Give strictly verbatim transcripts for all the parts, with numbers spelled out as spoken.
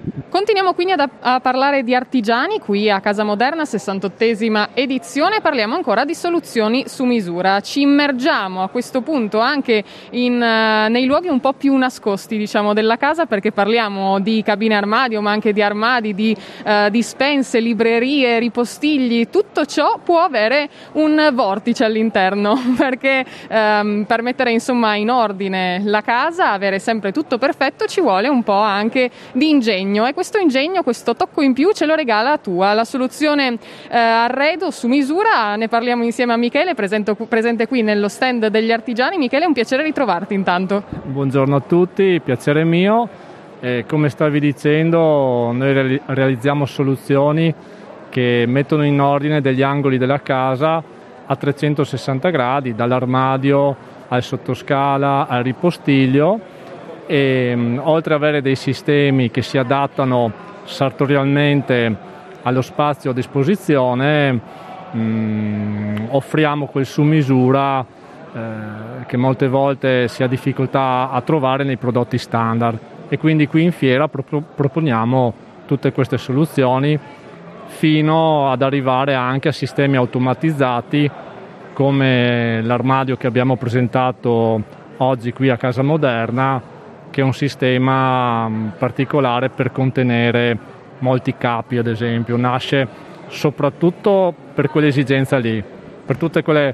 Continuiamo quindi ad, a parlare di artigiani qui a Casa Moderna, sessantottesima edizione. Parliamo ancora di soluzioni su misura. Ci immergiamo a questo punto anche in, uh, nei luoghi un po' più nascosti, diciamo, della casa, perché parliamo di cabine armadio, ma anche di armadi, di uh, dispense, librerie, ripostigli. Tutto ciò può avere un vortice all'interno, perché um, per mettere insomma in ordine la casa, avere sempre tutto perfetto, ci vuole un po' anche di ingegno. E questo ingegno, questo tocco in più ce lo regala Tua, la soluzione eh, arredo su misura. Ne parliamo insieme a Michele, presento, presente qui nello stand degli artigiani. Michele, è un piacere ritrovarti intanto. Buongiorno a tutti, piacere mio. Eh, come stavi dicendo, noi re- realizziamo soluzioni che mettono in ordine degli angoli della casa a trecentosessanta gradi, dall'armadio al sottoscala al ripostiglio. E oltre ad avere dei sistemi che si adattano sartorialmente allo spazio a disposizione, mh, offriamo quel su misura eh, che molte volte si ha difficoltà a trovare nei prodotti standard, e quindi qui in fiera pro- proponiamo tutte queste soluzioni fino ad arrivare anche a sistemi automatizzati come l'armadio che abbiamo presentato oggi qui a Casa Moderna, che è un sistema particolare per contenere molti capi, ad esempio. Nasce soprattutto per quell'esigenza lì, per tutte quelle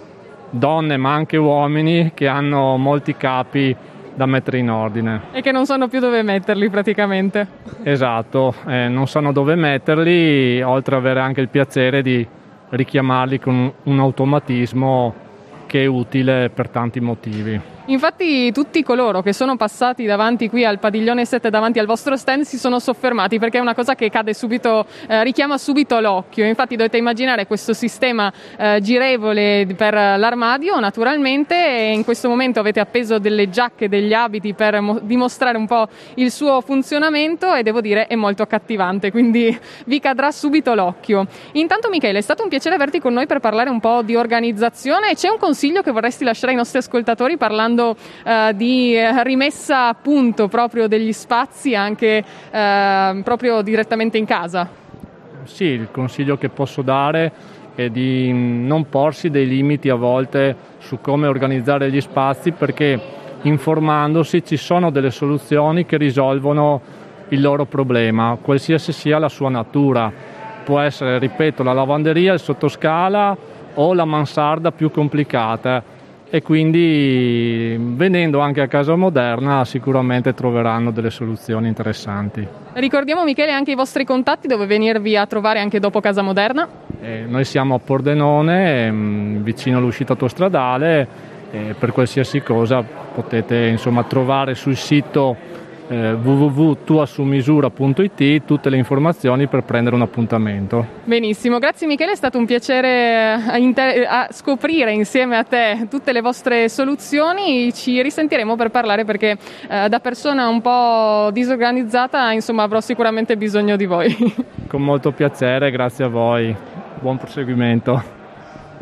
donne ma anche uomini che hanno molti capi da mettere in ordine e che non sanno più dove metterli praticamente. Esatto, eh, non sanno dove metterli, oltre ad avere anche il piacere di richiamarli con un automatismo che è utile per tanti motivi. Infatti tutti coloro che sono passati davanti qui al padiglione sette, davanti al vostro stand, si sono soffermati, perché è una cosa che cade subito, eh, richiama subito l'occhio. Infatti dovete immaginare questo sistema eh, girevole per l'armadio, naturalmente, e in questo momento avete appeso delle giacche, degli abiti per mo- dimostrare un po' il suo funzionamento, e devo dire è molto accattivante, quindi vi cadrà subito l'occhio. Intanto Michele, è stato un piacere averti con noi per parlare un po' di organizzazione. C'è un consiglio che vorresti lasciare ai nostri ascoltatori parlando Uh, di rimessa a punto proprio degli spazi anche uh, proprio direttamente in casa? Sì, il consiglio che posso dare è di non porsi dei limiti a volte su come organizzare gli spazi, perché informandosi ci sono delle soluzioni che risolvono il loro problema, qualsiasi sia la sua natura. Può essere, ripeto, la lavanderia, il sottoscala o la mansarda più complicata. E quindi venendo anche a Casa Moderna sicuramente troveranno delle soluzioni interessanti. Ricordiamo Michele anche i vostri contatti, dove venirvi a trovare anche dopo Casa Moderna. Eh, noi siamo a Pordenone, mh, vicino all'uscita autostradale, e per qualsiasi cosa potete insomma trovare sul sito eh, w w w punto tua su misura punto i t tutte le informazioni per prendere un appuntamento. Benissimo, grazie Michele, è stato un piacere a, inter- a scoprire insieme a te tutte le vostre soluzioni. Ci risentiremo per parlare, perché eh, da persona un po' disorganizzata insomma avrò sicuramente bisogno di voi. Con molto piacere, grazie a voi, buon proseguimento.